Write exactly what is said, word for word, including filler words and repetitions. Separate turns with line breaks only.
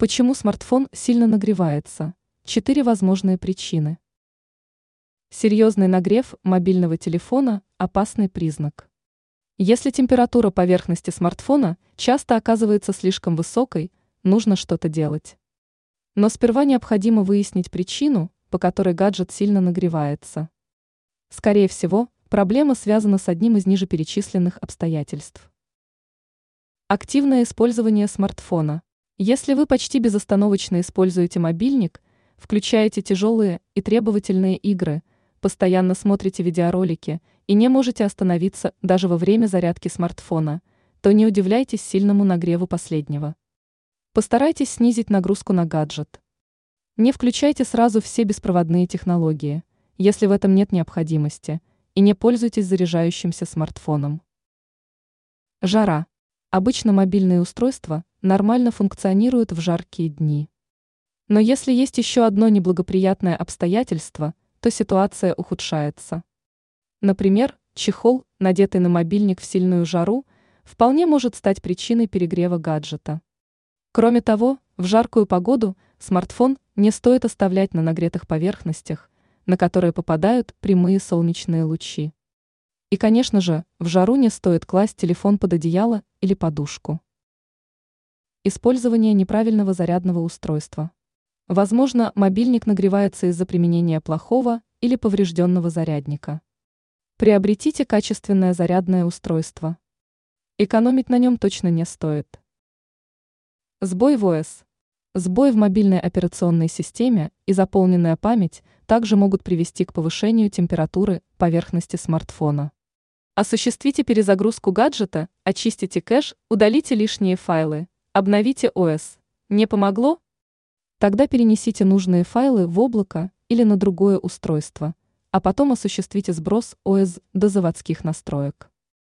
Почему смартфон сильно нагревается? Четыре возможные причины. Серьезный нагрев мобильного телефона – опасный признак. Если температура поверхности смартфона часто оказывается слишком высокой, нужно что-то делать. Но сперва необходимо выяснить причину, по которой гаджет сильно нагревается. Скорее всего, проблема связана с одним из ниже перечисленных обстоятельств. Активное использование смартфона. Если вы почти безостановочно используете мобильник, включаете тяжелые и требовательные игры, постоянно смотрите видеоролики и не можете остановиться даже во время зарядки смартфона, то не удивляйтесь сильному нагреву последнего. Постарайтесь снизить нагрузку на гаджет. Не включайте сразу все беспроводные технологии, если в этом нет необходимости, и не пользуйтесь заряжающимся смартфоном. Жара. Обычно мобильные устройства нормально функционируют в жаркие дни. Но если есть еще одно неблагоприятное обстоятельство, то ситуация ухудшается. Например, чехол, надетый на мобильник в сильную жару, вполне может стать причиной перегрева гаджета. Кроме того, в жаркую погоду смартфон не стоит оставлять на нагретых поверхностях, на которые попадают прямые солнечные лучи. И, конечно же, в жару не стоит класть телефон под одеяло или подушку. Использование неправильного зарядного устройства. Возможно, мобильник нагревается из-за применения плохого или поврежденного зарядника. Приобретите качественное зарядное устройство. Экономить на нем точно не стоит. Сбой в о эс. Сбой в мобильной операционной системе и заполненная память также могут привести к повышению температуры поверхности смартфона. Осуществите перезагрузку гаджета, очистите кэш, удалите лишние файлы, обновите о эс. Не помогло? Тогда перенесите нужные файлы в облако или на другое устройство, а потом осуществите сброс о эс до заводских настроек.